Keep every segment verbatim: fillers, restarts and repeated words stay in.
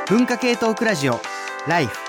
文化系トークラジオライフ。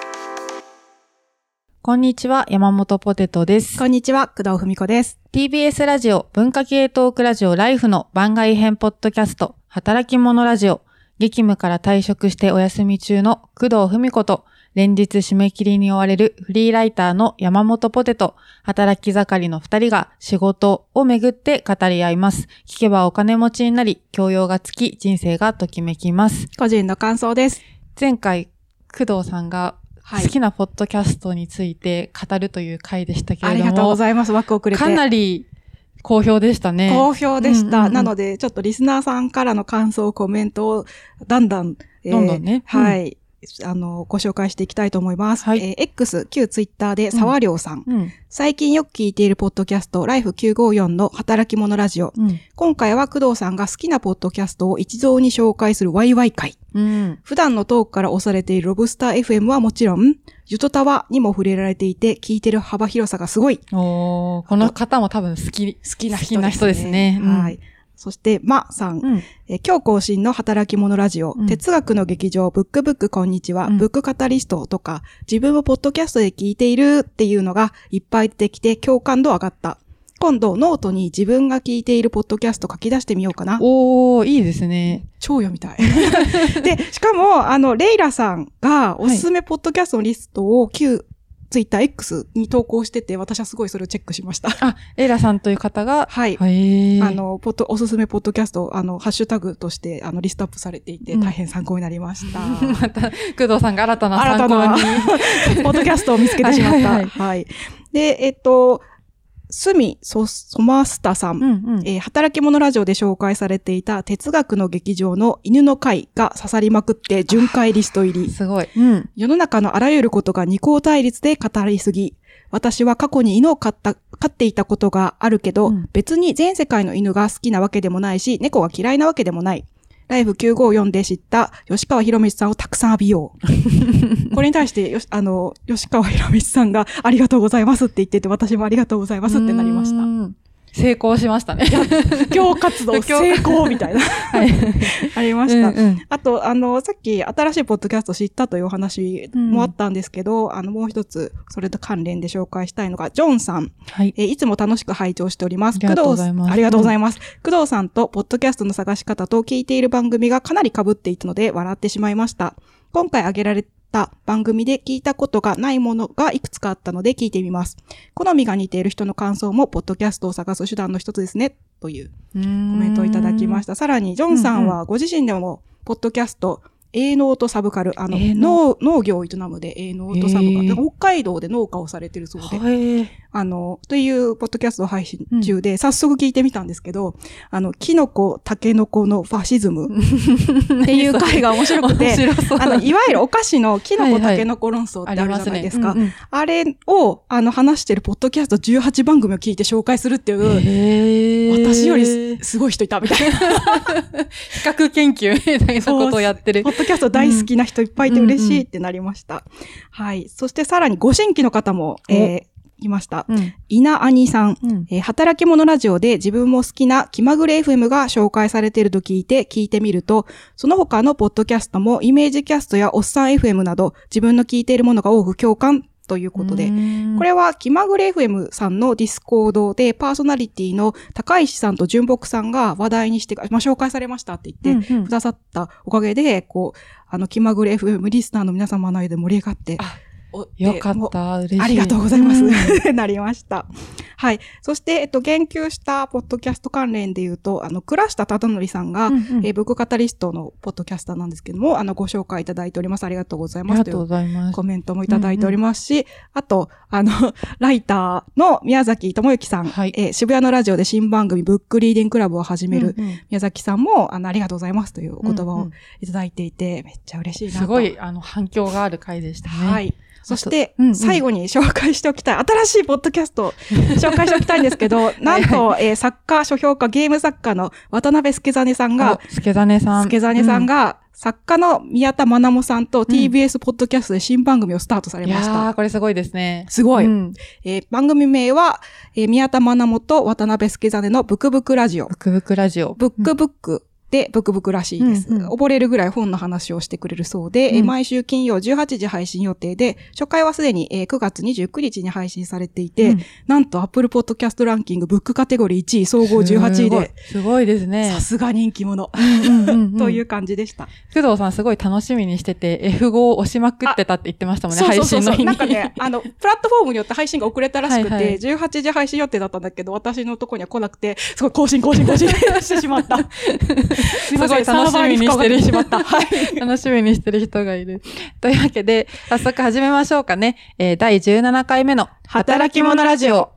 こんにちは、山本ポテトです。 こんにちは、工藤文子です。 ティービーエス ラジオ文化系トークラジオライフの番外編ポッドキャスト働き者ラジオ、激務から退職してお休み中の工藤文子と連日締め切りに追われるフリーライターの山本ポテト、働き盛りの二人が仕事をめぐって語り合います。聞けばお金持ちになり、教養がつき、人生がときめきます。 個人の感想です。 前回、工藤さんが好きなポッドキャストについて語るという回でしたけれども、 ありがとうございます。枠をくれて。 かなり好評でしたね。 好評でした。うんうんうん、なので、ちょっとリスナーさんからの感想、コメントをだんだん、 えー、どんどんね。 はい。うん、あの、ご紹介していきたいと思います。はい。えー、X、旧ツイッターで沢亮さん、うんうん。最近よく聞いているポッドキャスト、ライフきゅうごよんの働き者ラジオ。うん、今回は工藤さんが好きなポッドキャストを一堂に紹介するワイワイ会。うん、普段のトークから押されているロブスター エフエム はもちろん、ゆとたわにも触れられていて、聞いてる幅広さがすごい。 おー、この方も多分好き、好きな人ですね。好きな人ですね。 はい。うん、そして、まさん、うん、え今日更新の働き者ラジオ、うん、哲学の劇場、ブックブックこんにちは、うん、ブックカタリストとか、自分もポッドキャストで聞いているっていうのがいっぱい出てきて共感度上がった。今度ノートに自分が聞いているポッドキャスト書き出してみようかな。 おー、いいですね。 超読みたい。で、しかも、あの、レイラさんがおすすめポッドキャストのリストを旧ツイッター X に投稿してて、私はすごいそれをチェックしました。 あ、レイラさんという方が、 はい。へあの、ポッド、おすすめポッドキャスト、あの、ハッシュタグとして、あの、リストアップされていて、うん、大変参考になりました。 また、工藤さんが新たな参考に。 新たなポッドキャストを見つけてしまった。はい、はいはい。で、えっと、すみそ、そまスタさん、うんうんえー、働き者ラジオで紹介されていた哲学の劇場の犬の会が刺さりまくって巡回リスト入り。 すごい、うん。 世の中のあらゆることが二項対立で語りすぎ。私は過去に犬を飼った、飼っていたことがあるけど、うん、別に全世界の犬が好きなわけでもないし、猫が嫌いなわけでもない。ライフきゅうごよんで知った吉川博道さんをたくさん浴びよう。これに対してよし、あの、吉川博道さんがありがとうございますって言ってて、私もありがとうございますってなりました。 成功しましたね。 布教活動成功みたいな。はい。ありました、うんうん。あと、あの、さっき新しいポッドキャスト知ったというお話もあったんですけど、うん、あの、もう一つ、それと関連で紹介したいのが、ジョンさん。はい。えー、いつも楽しく拝聴しております。 ありがとうございます。 ありがとうございます。工藤さんとポッドキャストの探し方と聞いている番組がかなり被っていたので笑ってしまいました。今回挙げられた番組で聞いたことがないものがいくつかあったので聞いてみます。好みが似ている人の感想もポッドキャストを探す手段の一つですねというコメントをいただきました。さらにジョンさんはご自身でもポッドキャスト営農とサブカル、あの、農、農業を営むで営農とサブカル、北海道で農家をされてるそうで、あの、というポッドキャストを配信中で、うん、早速聞いてみたんですけど、あの、キノコ、タケノコのファシズムっていう回が面白くて、あの、いわゆるお菓子のキノコ、タケノコ論争ってあるじゃないですか。はいはい、あれを、あの、話してるポッドキャストじゅうはちばんぐみを聞いて紹介するっていう、私よりすごい人いたみたいな。 比較研究みたいなことをやってる。 ポッドキャスト大好きな人いっぱいいて嬉しいってなりました。うんうんうん、はい。そしてさらにご新規の方も、えー、いました。うん、稲兄さん、うんえー、働き者ラジオで自分も好きな気まぐれ エフエム が紹介されていると聞いて聞いてみると、その他のポッドキャストもイメージキャストやおっさん エフエム など自分の聞いているものが多く共感ということで、これは気まぐれ エフエム さんのディスコードでパーソナリティの高石さんと純木さんが話題にして、まあ、紹介されましたって言ってくださったおかげで、うんうん、こう、あの気まぐれ エフエム リスナーの皆様の間で盛り上がって、 よかった。嬉しい。 ありがとうございます。うん、なりました。はい。そして、えっと、言及したポッドキャスト関連で言うと、あの、倉下忠則さんが、うんうん、えー、ブックカタリストのポッドキャスターなんですけども、あの、ご紹介いただいております。ありがとうございます。 ありがとうございます。 コメントもいただいておりますし、うんうん、あと、あの、ライターの宮崎智之さん、はい、えー、渋谷のラジオで新番組、ブックリーディングクラブを始める、うんうん、宮崎さんも、あの、ありがとうございますというお言葉をいただいていて、うんうん、めっちゃ嬉しいなと。 すごい、あの、反響がある回でしたね。 はい。そして、うんうん、最後に紹介しておきたい、新しいポッドキャストを紹介しておきたいんですけど、なんと、はいはいえー、作家、書評家、ゲーム作家の渡辺助真さんが、 助真さん。 助真さんが、うん、作家の宮田真奈さんと ティービーエス ポッドキャストで新番組をスタートされました。 いやー、これすごいですね。 すごい。うんえー、番組名は、えー、宮田真奈と渡辺助真のブクブクラジオ。 ブクブクラジオ。 ブックブック。 で、ブクブクらしいです。 うんうん、 溺れるぐらい本の話をしてくれるそうで、うん、毎週金曜じゅうはちじ配信予定で、初回はすでにくがつにじゅうくにちに配信されていて、うん、なんと Apple Podcast ランキングブックカテゴリーいちい、総合じゅうはちいで。 すごい、すごいですね。 さすが人気者。という感じでした。 工藤さんすごい楽しみにしてて、エフご を押しまくってたって言ってましたもんね、配信の日に。 なんかね、あの、プラットフォームによって配信が遅れたらしくて、はいはい、じゅうはちじ配信予定だったんだけど、私のとこには来なくて、すごい更新更新更新してしまった。 すごい楽しみにしてる人はい、楽しみにしてる人がいる。というわけで、早速始めましょうかね。えー、だいじゅうななかいめの働き者ラジオ。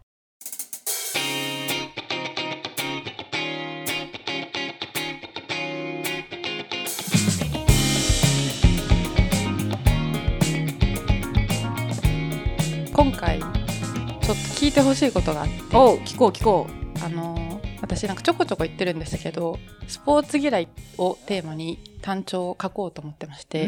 今回、ちょっと聞いてほしいことがあって。 おう、聞こう聞こう。 あのー、私なんかちょこちょこ言ってるんですけど、スポーツ嫌いをテーマに単調を書こうと思ってまして、うん、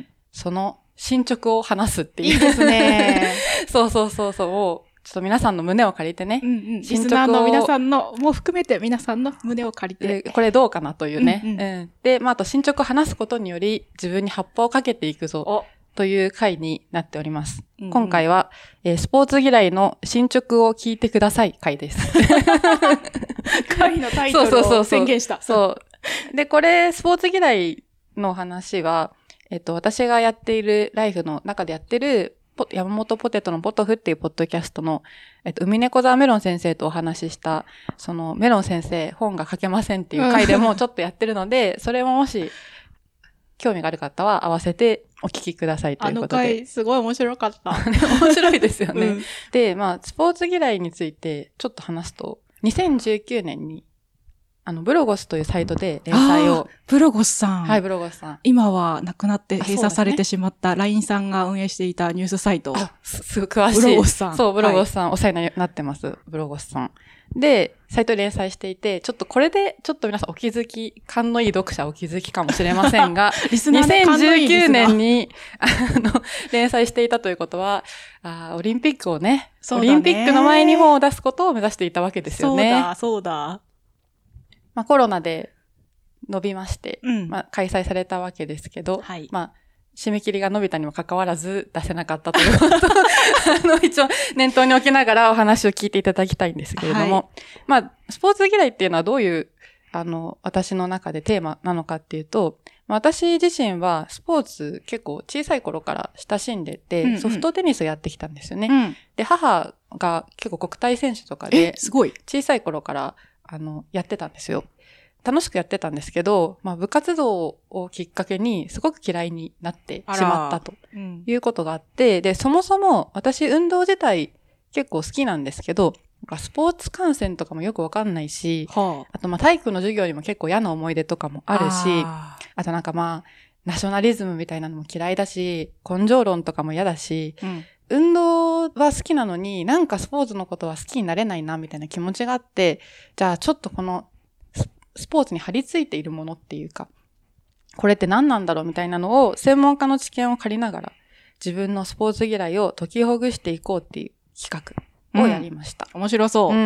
その進捗を話すっていう。 いいですね。 そうそうそうそう。ちょっと皆さんの胸を借りてね。 うんうん、リスナーの皆さんの、も含めて皆さんの胸を借りて。 これどうかなというね。うんうんうん、で、まあ、あと進捗を話すことにより自分に葉っぱをかけていくぞ。という回になっております。うんうん、今回は、えー、スポーツ嫌いの進捗を聞いてください回です。 回のタイトルを宣言した。 そうそうそうそう。で、これ、スポーツ嫌いの話は、えっと、私がやっているライフの中でやってる、山本ポテトのポトフっていうポッドキャストの、えっと、海猫沢メロン先生とお話しした、その、メロン先生本が書けませんっていう回でもちょっとやってるので、それももし、興味がある方は合わせてお聞きくださいということで。 あの回すごい面白かった。 面白いですよね、うん。で、まあ、スポーツ嫌いについてちょっと話すと、にせんじゅうきゅうねんに、あの、ブロゴスというサイトで連載を。 ブロゴスさん。 はい、ブロゴスさん。 今は亡くなって閉鎖されてしまった ライン さんが運営していたニュースサイト。 あ、す、すごい詳しい。 ブロゴスさん。 そう、ブロゴスさん、はい、お世話になってます。ブロゴスさん。で、サイト連載していて、ちょっとこれで、ちょっと皆さんお気づき、勘のいい読者お気づきかもしれませんが、 リスナーね、 にせんじゅうきゅうねんに、あの、連載していたということは、あオリンピックをね、オリンピックの前に本を出すことを目指していたわけですよね。 そうだ、そうだ。 まあコロナで伸びまして、 うん、 まあ開催されたわけですけど、 はい、 まあ、締め切りが伸びたにもかかわらず出せなかったということあの、一応念頭に置きながらお話を聞いていただきたいんですけれども、はい、まあ、スポーツ嫌いっていうのはどういう、あの、私の中でテーマなのかっていうと、私自身はスポーツ結構小さい頃から親しんでて、うんうん、ソフトテニスをやってきたんですよね。うん、で、母が結構国体選手とかで、 すごい。 小さい頃から、あの、やってたんですよ。楽しくやってたんですけど、まあ部活動をきっかけにすごく嫌いになってしまったということがあって、うん、で、そもそも私運動自体結構好きなんですけど、スポーツ観戦とかもよくわかんないし、はあ、あとまあ体育の授業にも結構嫌な思い出とかもあるし、あ, あとなんかまあ、ナショナリズムみたいなのも嫌いだし、根性論とかも嫌だし、うん、運動は好きなのになんかスポーツのことは好きになれないなみたいな気持ちがあって、じゃあちょっとこのスポーツに張り付いているものっていうか、これって何なんだろうみたいなのを専門家の知見を借りながら自分のスポーツ嫌いを解きほぐしていこうっていう企画をやりました。 うん、面白そう、 うんうん。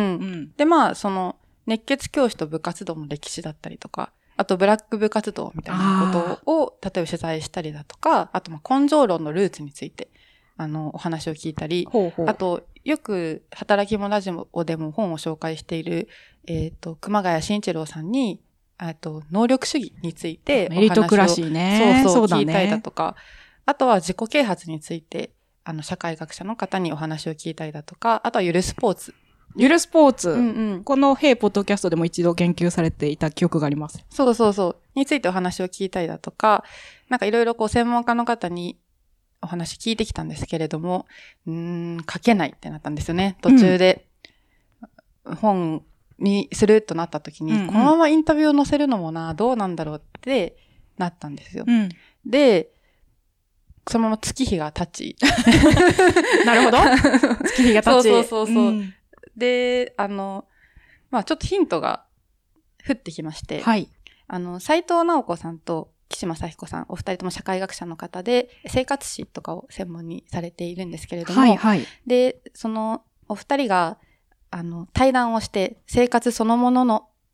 で、まあ、その熱血教師と部活動の歴史だったりとか、あとブラック部活動みたいなことを例えば取材したりだとか、あとまあ根性論のルーツについてあのお話を聞いたり、 ほうほう、 あとよく働き者ラジオでも本を紹介しているえっと、熊谷慎一郎さんに、えっと、能力主義についてお話を、 メリトクラシーね。 そうそう、 そうだね、 聞いたりだとか、あとは自己啓発について、あの、社会学者の方にお話を聞いたりだとか、あとはゆるスポーツ。 ゆるスポーツ。 うんうん、 この、ヘイポッドキャストでも一度研究されていた記憶があります。 そうそうそう。についてお話を聞いたりだとか、なんかいろいろこう、専門家の方にお話聞いてきたんですけれども、うーん、書けないってなったんですよね、途中で。うん、本、にするとなった時に、うんうん、このままインタビューを載せるのもな、どうなんだろうってなったんですよ。 うん、 で、そのまま月日が経ち。 なるほど。月日が経ち。 そうそうそうそう、うん。で、あの、まあちょっとヒントが降ってきまして、 はい。 あの、斉藤直子さんと岸正彦さん、お二人とも社会学者の方で、生活史とかを専門にされているんですけれども、 はいはい。 で、そのお二人が、あの、対談をして、生活そのものの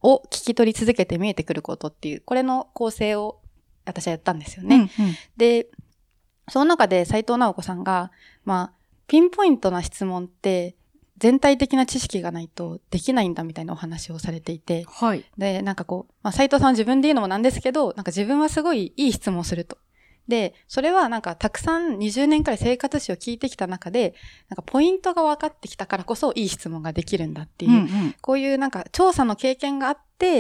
を聞き取り続けて見えてくることっていう、これの構成を私はやったんですよね。 うんうん、 で、その中で斉藤直子さんが、まあ、ピンポイントな質問って全体的な知識がないとできないんだみたいなお話をされていて、 はい。 で、なんかこう、まあ、斉藤さんは自分で言うのもなんですけど、なんか自分はすごいいい質問をすると。で、それはなんかたくさんにじゅうねんくらい生活史を聞いてきた中で、なんかポイントが分かってきたからこそいい質問ができるんだっていう、 うんうん、 こういうなんか調査の経験があって、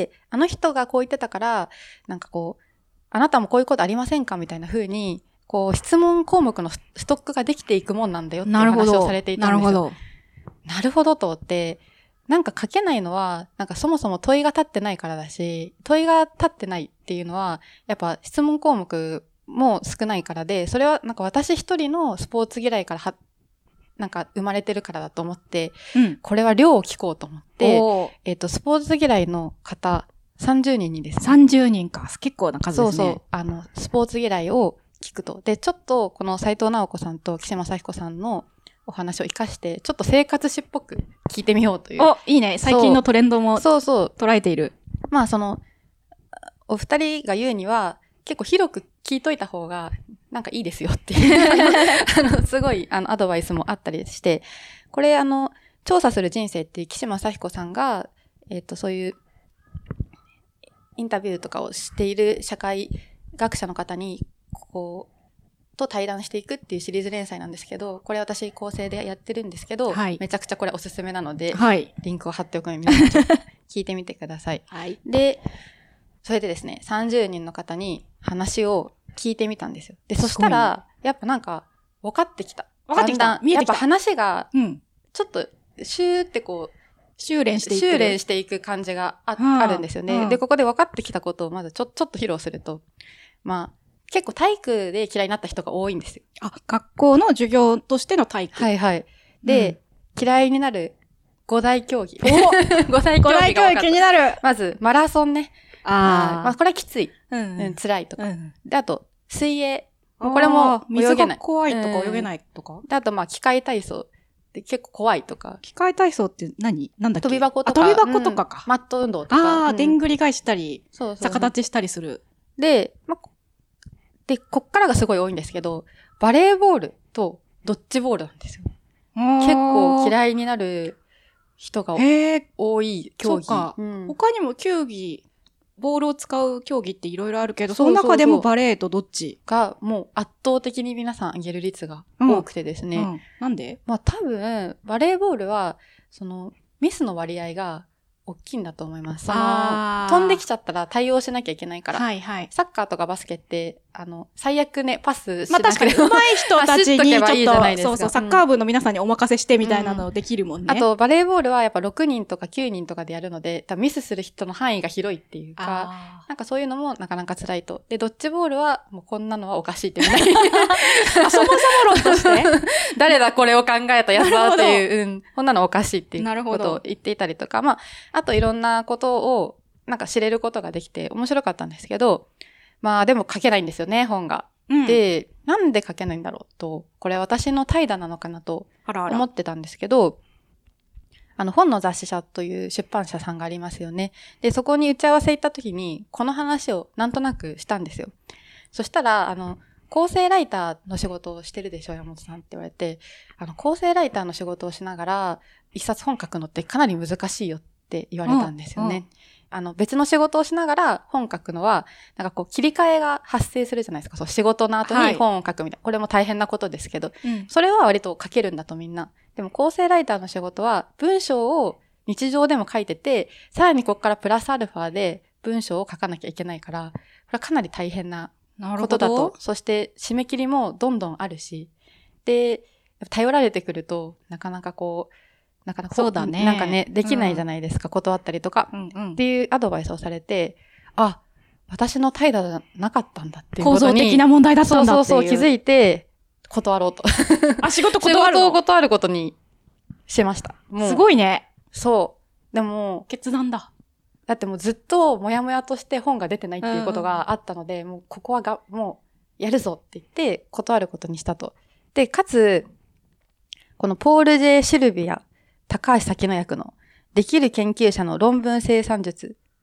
あの人がこう言ってたから、なんかこう、あなたもこういうことありませんかみたいな風に、こう質問項目のストックができていくもんなんだよっていう話をされていたんですよ。なるほど。なるほどとって、なんか書けないのは、なんかそもそも問いが立ってないからだし、問いが立ってないっていうのは、やっぱ質問項目も少ないからで、それはなんか私一人のスポーツ嫌いからは、なんか生まれてるからだと思って、うん、これは量を聞こうと思って、えっと、スポーツ嫌いの方さんじゅうにんにですね。 さんじゅうにんか。結構な数ですね。 そうそう。あの、スポーツ嫌いを聞くと。で、ちょっとこの斉藤直子さんと岸正彦さんのお話を生かして、ちょっと生活史っぽく聞いてみようという。 お、いいね。最近のトレンドもそうそう捉えている。 まあその、お二人が言うには、結構広く聞いといた方が、なんかいいですよっていうあの、すごい、あの、アドバイスもあったりして、これあの、調査する人生っていう岸正彦さんが、えっと、そういう、インタビューとかをしている社会学者の方に、こう、と対談していくっていうシリーズ連載なんですけど、これ私構成でやってるんですけど、はい、めちゃくちゃこれおすすめなので、はい、リンクを貼っておくので皆さんちょっと聞いてみてください。はい、で、それでですね、さんじゅうにんの方に話を聞いてみたんですよ。で、そしたら、やっぱなんか、分かってきた。 分かってきた。見えてきた。 やっぱ話が、ちょっと、シューってこう、 修練していく。 修練していく感じが あ,、はあ、あるんですよね、うん。で、ここで分かってきたことをまずちょ、ちょっと披露すると、まあ、結構体育で嫌いになった人が多いんですよ。 あ、学校の授業としての体育。 はいはい。で、うん、嫌いになる五大競技。 お五大競技が分かった。五大競技気になる。 まず、マラソンね。 ああ。 まあ、これはきつい。うん、うん、辛いとか。うん、で、あと、水泳。これも泳げない。 水が怖いとか泳げないとか、 うん、で、あと、まあ、機械体操。で結構怖いとか。 機械体操って何なんだっけ？ 飛び箱とか。 飛び箱とかか。 うん、マット運動とか。 ああ、うん、でんぐり返したり、そうそうそう逆立ちしたりする。 で、まあ、で、こっからがすごい多いんですけど、バレーボールとドッジボールなんですよ。結構嫌いになる人が多い競技。 そうか、うん。他にも球技、ボールを使う競技っていろいろあるけど、その中でもバレーとどっちがもう圧倒的に皆さん上げる率が多くてですね。うんうん、 なんで？ まあ多分、バレーボールは、その、ミスの割合が大きいんだと思います。その、飛んできちゃったら対応しなきゃいけないから。はいはい。サッカーとかバスケって、あの、最悪ね、パスしなくても。 まあ確かに上手い人たちにちょっと、いいそうそう、サッカー部の皆さんにお任せしてみたいなのできるもんね。 うん、あと、バレーボールはやっぱろくにんとかきゅうにんとかでやるので、多分ミスする人の範囲が広いっていうか、なんかそういうのもなかなか辛いと。で、ドッジボールは、もうこんなのはおかしいってみんなにあ、そもそも論として誰だこれを考えたやつだっていう、うん、こんなのおかしいっていうことを言っていたりとか、まあ、あといろんなことを、なんか知れることができて面白かったんですけど、まあでも書けないんですよね、本が。うん、で、なんで書けないんだろうと、これ私の怠惰なのかなと思ってたんですけど、あらあらあの本の雑誌社という出版社さんがありますよね。で、そこに打ち合わせ行った時に、この話をなんとなくしたんですよ。そしたら、あの、構成ライターの仕事をしてるでしょ、山本さんって言われて、あの、構成ライターの仕事をしながら、一冊本書くのってかなり難しいよって言われたんですよね。うんうんあの別の仕事をしながら本書くのは、なんかこう切り替えが発生するじゃないですか。そう仕事の後に本を書くみたいな。はい、これも大変なことですけど、うん、それは割と書けるんだとみんな。でも構成ライターの仕事は文章を日常でも書いてて、さらにここからプラスアルファで文章を書かなきゃいけないから、これはかなり大変なことだと。そして締め切りもどんどんあるし、で、頼られてくるとなかなかこう、なかなかそうだね。なんかね、できないじゃないですか、うん、断ったりとか、うんうん。っていうアドバイスをされて、あ、私の怠惰じゃなかったんだっていうことに。 構造的な問題だったんだっていう。 そうそうそう、気づいて、断ろうと。 あ、仕事断るの？ 仕事を断ることにしました。 もうすごいね。 そう。でも、 決断だ。 だってもうずっともやもやとして本が出てないっていうことがあったので、うんうん、もうここはが、もうやるぞって言って断ることにしたと。で、かつ、このポール・ジェ・シルビア、高橋咲乃役のできる研究者の論文生産術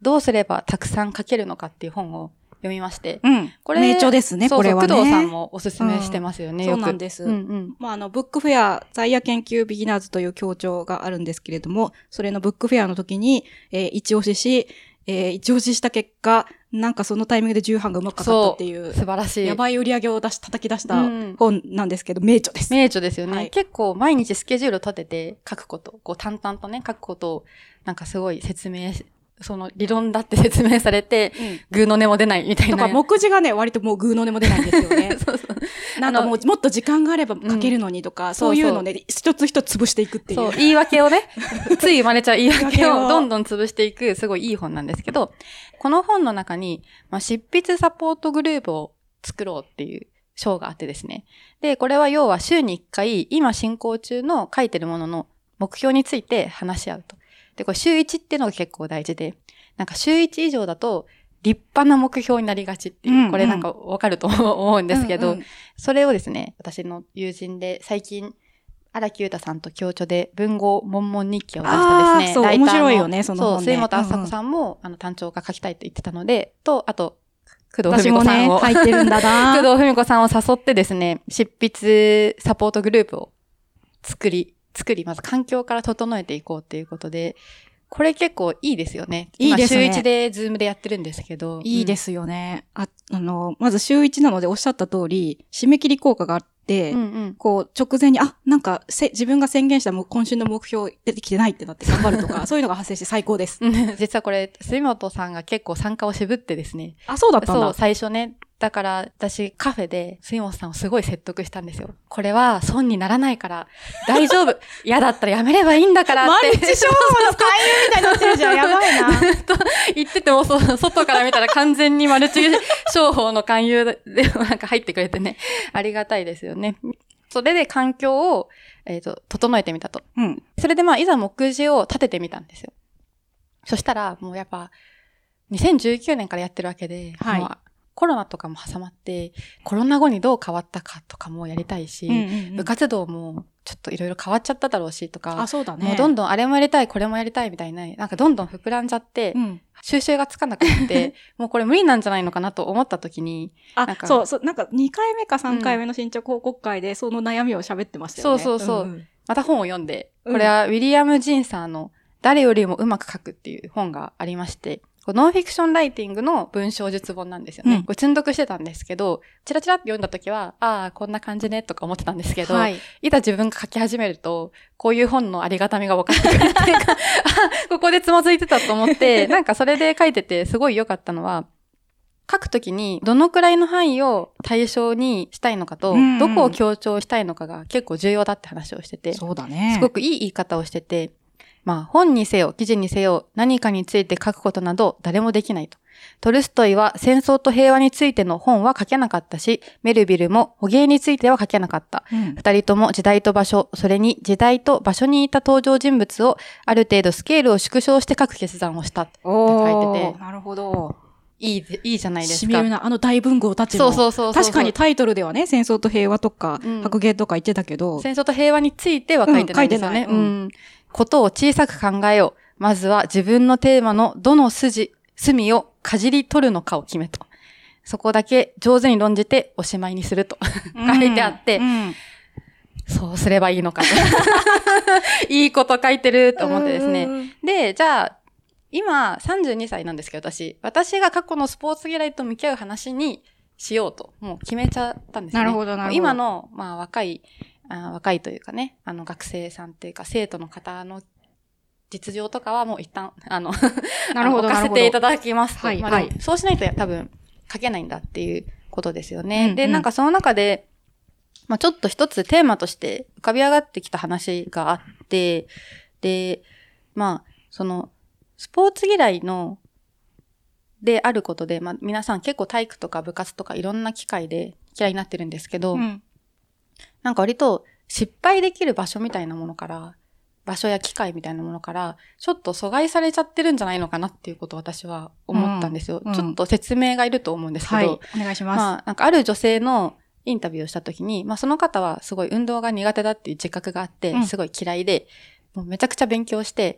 どうすればたくさん書けるのかっていう本を読みまして。 うん。これ名著ですね、これはね。 そうそう、工藤さんもおすすめしてますよね、 うん、 よく。 そうなんです。 うんうん。 まあ、あの、ブックフェア、在野研究ビギナーズという協調があるんですけれども、それのブックフェアの時に、えー、一押しし、えー、一押しした結果、なんかそのタイミングで重版がうまくかかったっていう。 素晴らしい。 やばい売り上げを出し、叩き出した本なんですけど、うん、名著です。 名著ですよね、 はい。 結構毎日スケジュールを立てて書くこと、こう淡々とね、書くことを、なんかすごい説明し、その理論だって説明されて、うん、グーの音も出ないみたいな。 とか目次がね、割ともうグーの音も出ないんですよね。そうそう。なんかもうもっと時間があれば書けるのにとか、うん、そういうのね、一つ一つ潰していくっていう。そう、 言い訳をね、つい生まれちゃう言い訳をどんどん潰していく、すごいいい本なんですけど、この本の中に、まあ、執筆サポートグループを作ろうっていう章があってですね。で、これは要は週にいっかい、今進行中の書いてるものの目標について話し合うと。で、これ週いちっていうのが結構大事で、なんか週いち以上だと立派な目標になりがちっていう、うんうん、これなんかわかると思うんですけど、うんうん、それをですね、私の友人で最近、荒木優太さんと共著で文豪悶々日記を出したですね。 そう、面白いよね、その本ね。 そう、杉本麻子さんも、うんうん、あの、単調が書きたいと言ってたので、と、あと、工藤文子さんを、 私もね、書いてるんだな工藤文子さんを誘ってですね、執筆サポートグループを作り、作り、まず環境から整えていこうっていうことで、これ結構いいですよね。 いいですね。 今週いちでズームでやってるんですけど。 いいですよね。うん、あ、あの、まず週いちなのでおっしゃった通り、締め切り効果があって、うんうん、こう、直前に、あ、なんか、せ、自分が宣言した今週の目標出てきてないってなって頑張るとか、そういうのが発生して最高です。 実はこれ、杉本さんが結構参加を渋ってですね。 あ、そうだったんだ。 そう、最初ね。だから、私、カフェで、杉本さんをすごい説得したんですよ。これは、損にならないから、大丈夫。嫌だったらやめればいいんだからって。 毎日商法の勧誘みたいになってるじゃん。やばいな。 と言ってても、そ外から見たら完全にマルチ商法の勧誘でなんか入ってくれてね、ありがたいですよね。それで環境を、えっと、整えてみたと。うん。それでまあ、いざ目次を立ててみたんですよ。そしたら、もうやっぱ、にせんじゅうきゅうねんからやってるわけで、はい。コロナとかも挟まって、コロナ後にどう変わったかとかもやりたいし、うんうんうん、部活動もちょっといろいろ変わっちゃっただろうしとか、 あ、そうだね。 もうどんどんあれもやりたい、これもやりたいみたいな、なんかどんどん膨らんじゃって、うん、収集がつかなくなって、もうこれ無理なんじゃないのかなと思った時に、 あ、なんかそう、そう、なんかにかいめかさんかいめの進捗報告会でその悩みを喋ってましたよね。 そうそうそう。うんうん、また本を読んで、これはウィリアム・ジンさんの誰よりもうまく書くっていう本がありまして、ノンフィクションライティングの文章術本なんですよね。うん、これ積んどくしてたんですけど、チラチラって読んだ時は、ああ、こんな感じね、とか思ってたんですけど、はい、いざ自分が書き始めると、こういう本のありがたみが分かってくるっていうか、あ、ここでつまずいてたと思って、なんかそれで書いててすごい良かったのは、書くときにどのくらいの範囲を対象にしたいのかと、うんうん、どこを強調したいのかが結構重要だって話をしてて、 そうだね。 すごくいい言い方をしてて、まあ本にせよ、記事にせよ、何かについて書くことなど誰もできないと。トルストイは戦争と平和についての本は書けなかったし、メルビルも捕鯨については書けなかった。うん、二人とも時代と場所、それに時代と場所にいた登場人物をある程度スケールを縮小して書く決断をしたって書いてて。 なるほど。 いい、いいじゃないですか。 しみるな。あの大文豪たちも。そうそうそうそう。確かにタイトルではね、戦争と平和とか、うん、白芸とか言ってたけど。 戦争と平和については書いてないんですよね。うん、書いてない。うん。ことを小さく考えよう。まずは自分のテーマのどの筋、隅をかじり取るのかを決めと。そこだけ上手に論じておしまいにすると書いてあって、うんうん、そうすればいいのかと。いいこと書いてると思ってですね。で、じゃあ、今さんじゅうにさいなんですけど、私。私が過去のスポーツ嫌いと向き合う話にしようと、もう決めちゃったんですね。 なるほど、なるほど。 今の、まあ若い、あ若いというかね、あの学生さんっていうか生徒の方の実情とかはもう一旦、あの、なるほど、置かせていただきますと。はい、まあ、はい。そうしないと多分書けないんだっていうことですよね。うんうん、で、なんかその中で、まあちょっと一つテーマとして浮かび上がってきた話があって、で、まあ、その、スポーツ嫌いの、であることで、まあ皆さん結構体育とか部活とかいろんな機会で嫌いになってるんですけど、うん、なんか割と失敗できる場所みたいなものから、場所や機会みたいなものから、ちょっと阻害されちゃってるんじゃないのかなっていうことを私は思ったんですよ。うん、ちょっと説明がいると思うんですけど、はい、 お願いします。 まあ、なんかある女性のインタビューをしたときに、まあその方はすごい運動が苦手だっていう自覚があって、うん、すごい嫌いで、もうめちゃくちゃ勉強して、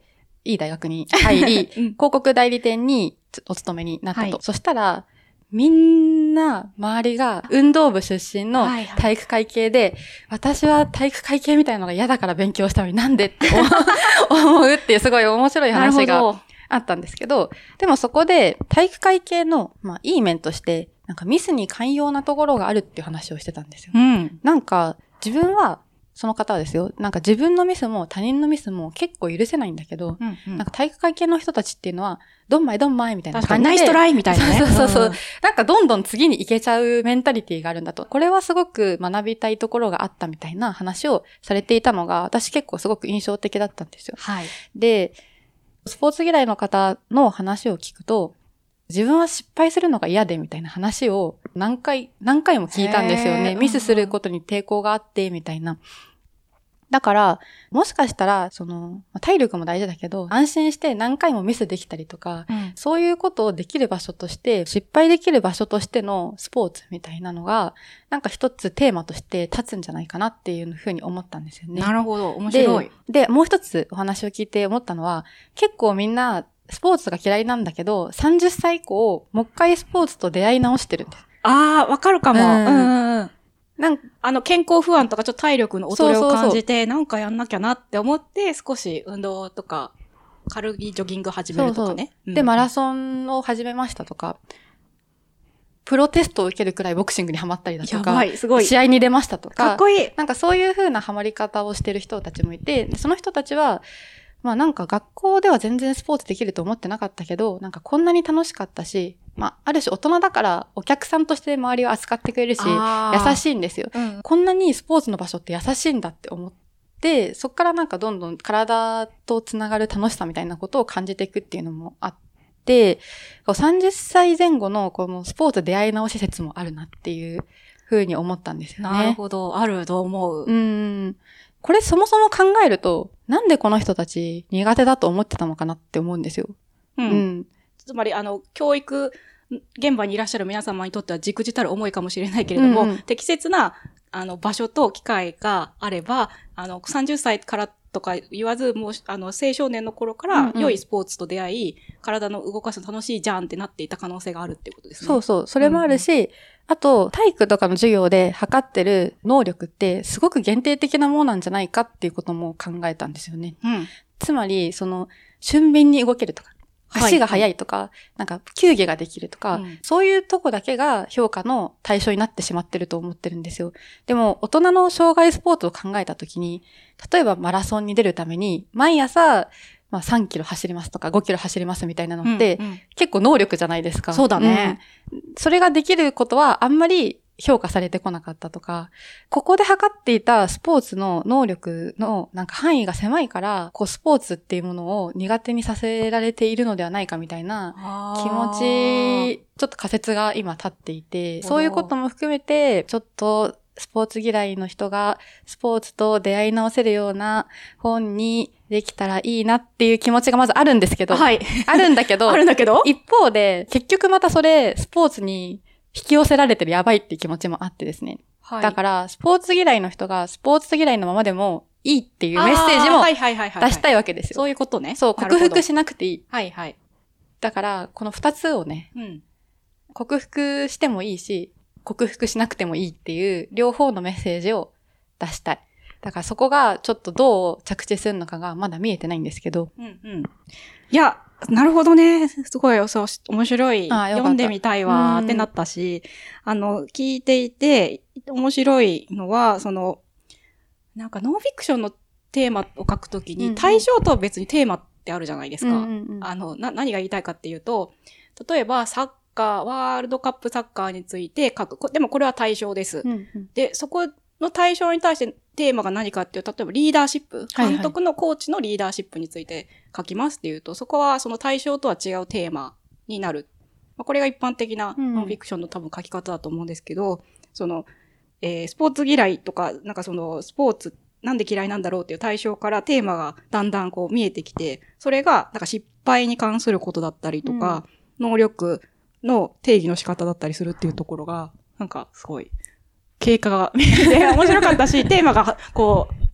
いい大学に入り、 うん、 広告代理店にお勤めになったと。 はい、 そしたら、みんな周りが運動部出身の体育会系で、はいはい、私は体育会系みたいなのが嫌だから勉強したのになんでって思うっていうすごい面白い話があったんですけど、でもそこで体育会系の、まあ、いい面として、なんかミスに寛容なところがあるっていう話をしてたんですよ。 うん、 なんか自分は、その方はですよ。なんか自分のミスも他人のミスも結構許せないんだけど、うんうん、なんか体育会系の人たちっていうのは、どんまいどんまいみたいな感じで。 ナイストライみたいなね。 そうそうそう。うん、なんかどんどん次に行けちゃうメンタリティがあるんだと。これはすごく学びたいところがあったみたいな話をされていたのが、私結構すごく印象的だったんですよ。 はい。 で、スポーツ嫌いの方の話を聞くと、自分は失敗するのが嫌でみたいな話を何回、何回も聞いたんですよね。ミスすることに抵抗があって、みたいな。だから、もしかしたら、その、体力も大事だけど、安心して何回もミスできたりとか、うん、そういうことをできる場所として、失敗できる場所としてのスポーツみたいなのが、なんか一つテーマとして立つんじゃないかなっていうふうに思ったんですよね。 なるほど、面白い。 で、でもう一つお話を聞いて思ったのは、結構みんな、スポーツが嫌いなんだけど、さんじゅっさい以降、もう一回スポーツと出会い直してるんです。 ああ、わかるかも。うん、うんうん。なんか、あの、健康不安とかちょっと体力の衰えを感じて、そうそうそう、なんかやんなきゃなって思って、少し運動とか、軽いジョギング始めるとかね。そうそう、 うん、で、マラソンを始めましたとか、プロテストを受けるくらいボクシングにハマったりだとか、 やばい、すごい。 試合に出ましたとか、 かっこいい。 なんかそういう風なハマり方をしてる人たちもいて、その人たちは、まあなんか学校では全然スポーツできると思ってなかったけど、なんかこんなに楽しかったし、まあある種大人だからお客さんとして周りを扱ってくれるし、優しいんですよ、うん。こんなにスポーツの場所って優しいんだって思って、そっからなんかどんどん体とつながる楽しさみたいなことを感じていくっていうのもあって、さんじゅっさいぜん後のこのスポーツ出会い直し説もあるなっていうふうに思ったんですよね。 なるほど、あると思う。 うん。これそもそも考えると、なんでこの人たち苦手だと思ってたのかなって思うんですよ。 うん。うん、つまり、あの、教育現場にいらっしゃる皆様にとっては忸怩たる思いかもしれないけれども、うんうん、適切な、あの、場所と機会があれば、あの、さんじゅっさいからとか言わず、もう、あの、青少年の頃から良いスポーツと出会い、うんうん、体の動かすの楽しいじゃんってなっていた可能性があるっていうことですね。 そうそう。それもあるし、うんうん、あと、体育とかの授業で測ってる能力ってすごく限定的なものなんじゃないかっていうことも考えたんですよね。 うん、 つまり、その、俊敏に動けるとか、足が速いとか、はい、なんか、球技ができるとか、うん、そういうとこだけが評価の対象になってしまってると思ってるんですよ。でも、大人の障害スポーツを考えたときに、例えばマラソンに出るために、毎朝、まあさんキロ走りますとかごキロ走りますみたいなのって、うんうん、結構能力じゃないですか。 そうだね、 うん。それができることはあんまり評価されてこなかったとか、ここで測っていたスポーツの能力のなんか範囲が狭いから、こうスポーツっていうものを苦手にさせられているのではないかみたいな気持ち、ちょっと仮説が今立っていて、そういうことも含めて、ちょっとスポーツ嫌いの人がスポーツと出会い直せるような本にできたらいいなっていう気持ちがまずあるんですけど。 はい。 あるんだけど。 あるんだけど。 一方で、結局またそれ、スポーツに引き寄せられてるやばいっていう気持ちもあってですね。はい。だから、スポーツ嫌いの人がスポーツ嫌いのままでもいいっていうメッセージも出したいわけですよ。 そういうことね。 そう、克服しなくていい。 はいはい。 だから、この二つをね、 うん、 克服してもいいし、克服しなくてもいいっていう両方のメッセージを出したい。だからそこがちょっとどう着地するのかがまだ見えてないんですけど。 うんうん。いや、なるほどね。すごい、そう、面白い。読んでみたいわってなったし、あの、聞いていて面白いのは、その、なんかノンフィクションのテーマを書くときに、うんうん、対象とは別にテーマってあるじゃないですか。 うんうんうん、 あの、な、何が言いたいかっていうと、例えばサッカー、ワールドカップサッカーについて書く。でもこれは対象です。 うんうん、 で、そこの対象に対してテーマが何かっていう、例えばリーダーシップ、監督のコーチのリーダーシップについて書きますっていうと、はいはい、そこはその対象とは違うテーマになる。まあ、これが一般的なノンフィクションの多分書き方だと思うんですけど、うん、その、えー、スポーツ嫌いとか、なんかそのスポーツなんで嫌いなんだろうっていう対象からテーマがだんだんこう見えてきて、それがなんか失敗に関することだったりとか、うん、能力の定義の仕方だったりするっていうところが、なんかすごい、経過が見えて面白かったし、テーマがこう、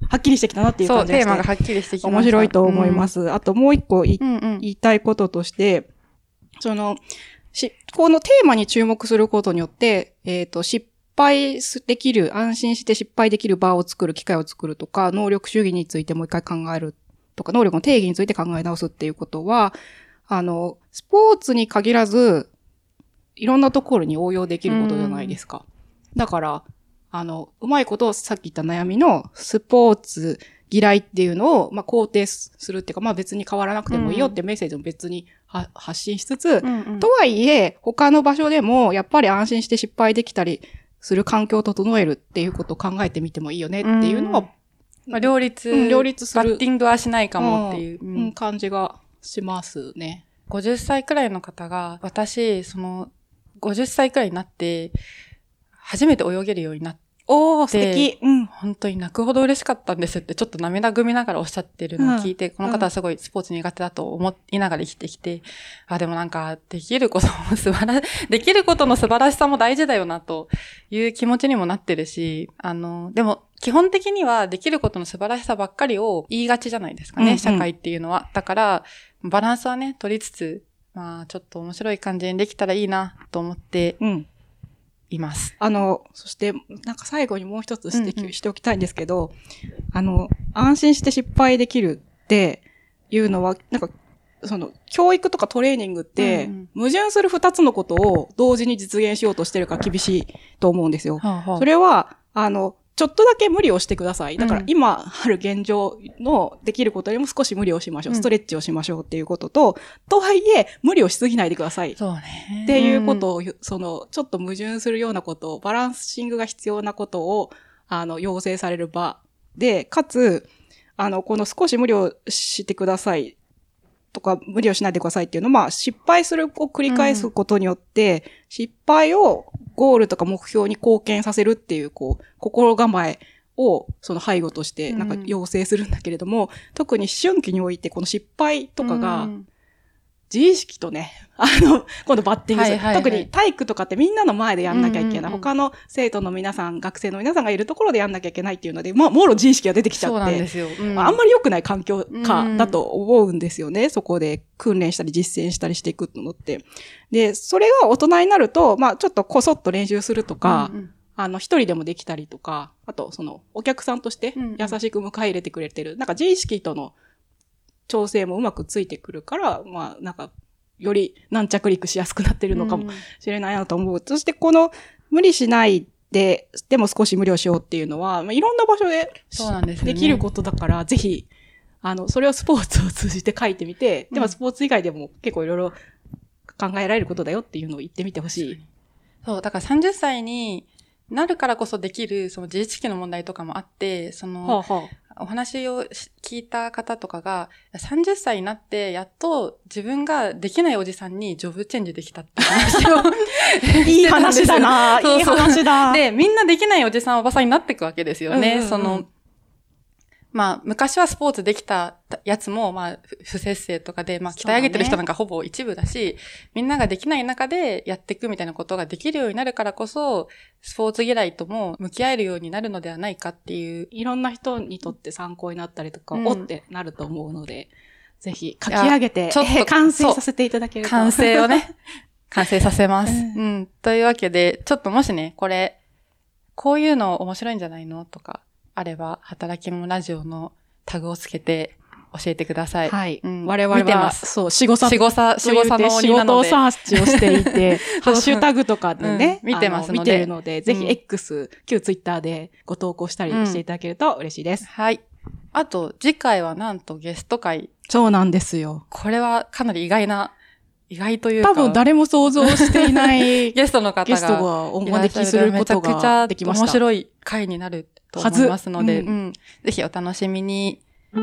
はっきりしてきたなっていう感じがして。 そう、テーマがはっきりしてきました。 面白いと思います。うん、あともう一個い、 うんうん、 言いたいこととして、その、し、このテーマに注目することによって、えっと、失敗できる、安心して失敗できる場を作る、機会を作るとか、能力主義についてもう一回考えるとか、能力の定義について考え直すっていうことは、あの、スポーツに限らず、いろんなところに応用できることじゃないですか。だから、あの、うまいことさっき言った悩みのスポーツ嫌いっていうのを、まあ、肯定するっていうか、まあ別に変わらなくてもいいよってメッセージも別には発信しつつ、 うんうん、 とはいえ、他の場所でもやっぱり安心して失敗できたりする環境を整えるっていうことを考えてみてもいいよねっていうのは、 うんまあ、両立、 うん、両立する。 バッティングはしないかもっていう、 うんうん、感じがしますね。 ごじゅっさいくらいの方が、私、その、ごじゅっさいくらいになって、初めて泳げるようになって、 おー、素敵。うん。 本当に泣くほど嬉しかったんですって、ちょっと涙ぐみながらおっしゃってるのを聞いて、うん、この方はすごいスポーツ苦手だと思いながら生きてきて、あ、でもなんか、できることも素晴らし、できることの素晴らしさも大事だよな、という気持ちにもなってるし、あの、でも、基本的にはできることの素晴らしさばっかりを言いがちじゃないですかね、うんうん、社会っていうのは。だから、バランスはね、取りつつ、まあ、ちょっと面白い感じにできたらいいな、と思って、うんいます。 あの、そして、なんか最後にもう一つ指摘しておきたいんですけど、うんうん、あの、安心して失敗できるっていうのは、なんか、その、教育とかトレーニングって、うんうん、矛盾する二つのことを同時に実現しようとしてるから厳しいと思うんですよ。はあはあ、それは、あの、ちょっとだけ無理をしてください。だから今ある現状のできることよりも少し無理をしましょう。ストレッチをしましょうっていうことと、うん、とはいえ無理をしすぎないでください。 そうね。 っていうことを、その、ちょっと矛盾するようなことを、バランシングが必要なことを、あの、要請される場で、かつ、あの、この少し無理をしてくださいとか、無理をしないでくださいっていうのは、まあ、失敗するを繰り返すことによって、うん、失敗をゴールとか目標に貢献させるっていう、こう、心構えを、その背後として、なんか要請するんだけれども、うん、特に思春期において、この失敗とかが、うん自意識とね、あの、今度バッティングする、はいはいはい。特に体育とかってみんなの前でやんなきゃいけない。うんうんうん、他の生徒の皆さん、学生の皆さんがいるところでやんなきゃいけないっていうので、まあ、もろ自意識が出てきちゃって。 そうなんですよ。うんまあ、あんまり良くない環境下だと思うんですよね、うん。そこで訓練したり実践したりしていくのって。で、それが大人になると、まあ、ちょっとこそっと練習するとか、うんうんあの、一人でもできたりとか、あと、その、お客さんとして優しく迎え入れてくれてる。うんうん、なんか自意識との調整もうまくついてくるから、まあ、なんか、より軟着陸しやすくなってるのかもしれないなと思う。うん、そしてこの無理しないで、でも少し無理をしようっていうのは、まあ、いろんな場所でそうなんですよね、 できることだから、ぜひ、あの、それをスポーツを通じて書いてみて、うん、でもスポーツ以外でも結構いろいろ考えられることだよっていうのを言ってみてほしい。 そう、だからさんじゅっさいになるからこそできる、その自意識の問題とかもあって、その、はあはあ、お話を聞いた方とかが、さんじゅっさいになって、やっと自分ができないおじさんにジョブチェンジできたって話をいい話だなそうそういい話だ。 で、みんなできないおじさんおばさんになっていくわけですよね。うんうんうん、その、まあ、昔はスポーツできたやつも、まあ、不摂生とかで、まあ、鍛え上げてる人なんかほぼ一部だし、だね、みんなができない中でやっていくみたいなことができるようになるからこそ、スポーツ嫌いとも向き合えるようになるのではないかっていう。 いろんな人にとって参考になったりとか、うん、おってなると思うので、ぜひ書き上げて、ちょっと完成させていただけると。 完成をね、完成させます、うん。うん。というわけで、ちょっともしね、これ、こういうの面白いんじゃないのとか、あれば、働き者ラジオのタグをつけて教えてください。 はい。うん、我々は、見てます。そう、仕事、 仕事、仕事の仕事サーチをしていて、ハッシュタグとかでね、 うん、見てますので。 見てるので、ぜひ X、うん、旧ツイッターでご投稿したりしていただけると嬉しいです。うん、 はい。あと、次回はなんとゲスト会。 そうなんですよ。 これはかなり意外な、意外というか。 多分誰も想像していないゲストの方が。 ゲストがお招きすることができました。 めちゃくちゃ面白い回になると思いますので、うんうん、ぜひお楽しみに。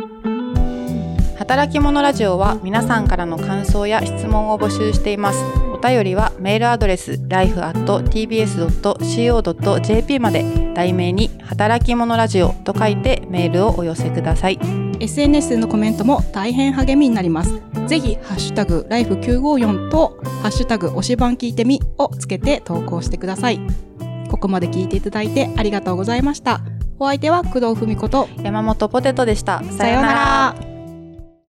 働き者ラジオは皆さんからの感想や質問を募集しています。お便りはメールアドレス ライフ アット ティービーエス ドット シーオー ドット ジェーピー まで題名に働き者ラジオと書いてメールをお寄せください。 エスエヌエス でのコメントも大変励みになります。ぜひハッシュタグライフきゅうごよんとハッシュタグ推しバン聞いてみをつけて投稿してください。ここまで聞いていただいてありがとうございました。 お相手は工藤文子と山本ポテトでした。 さようなら。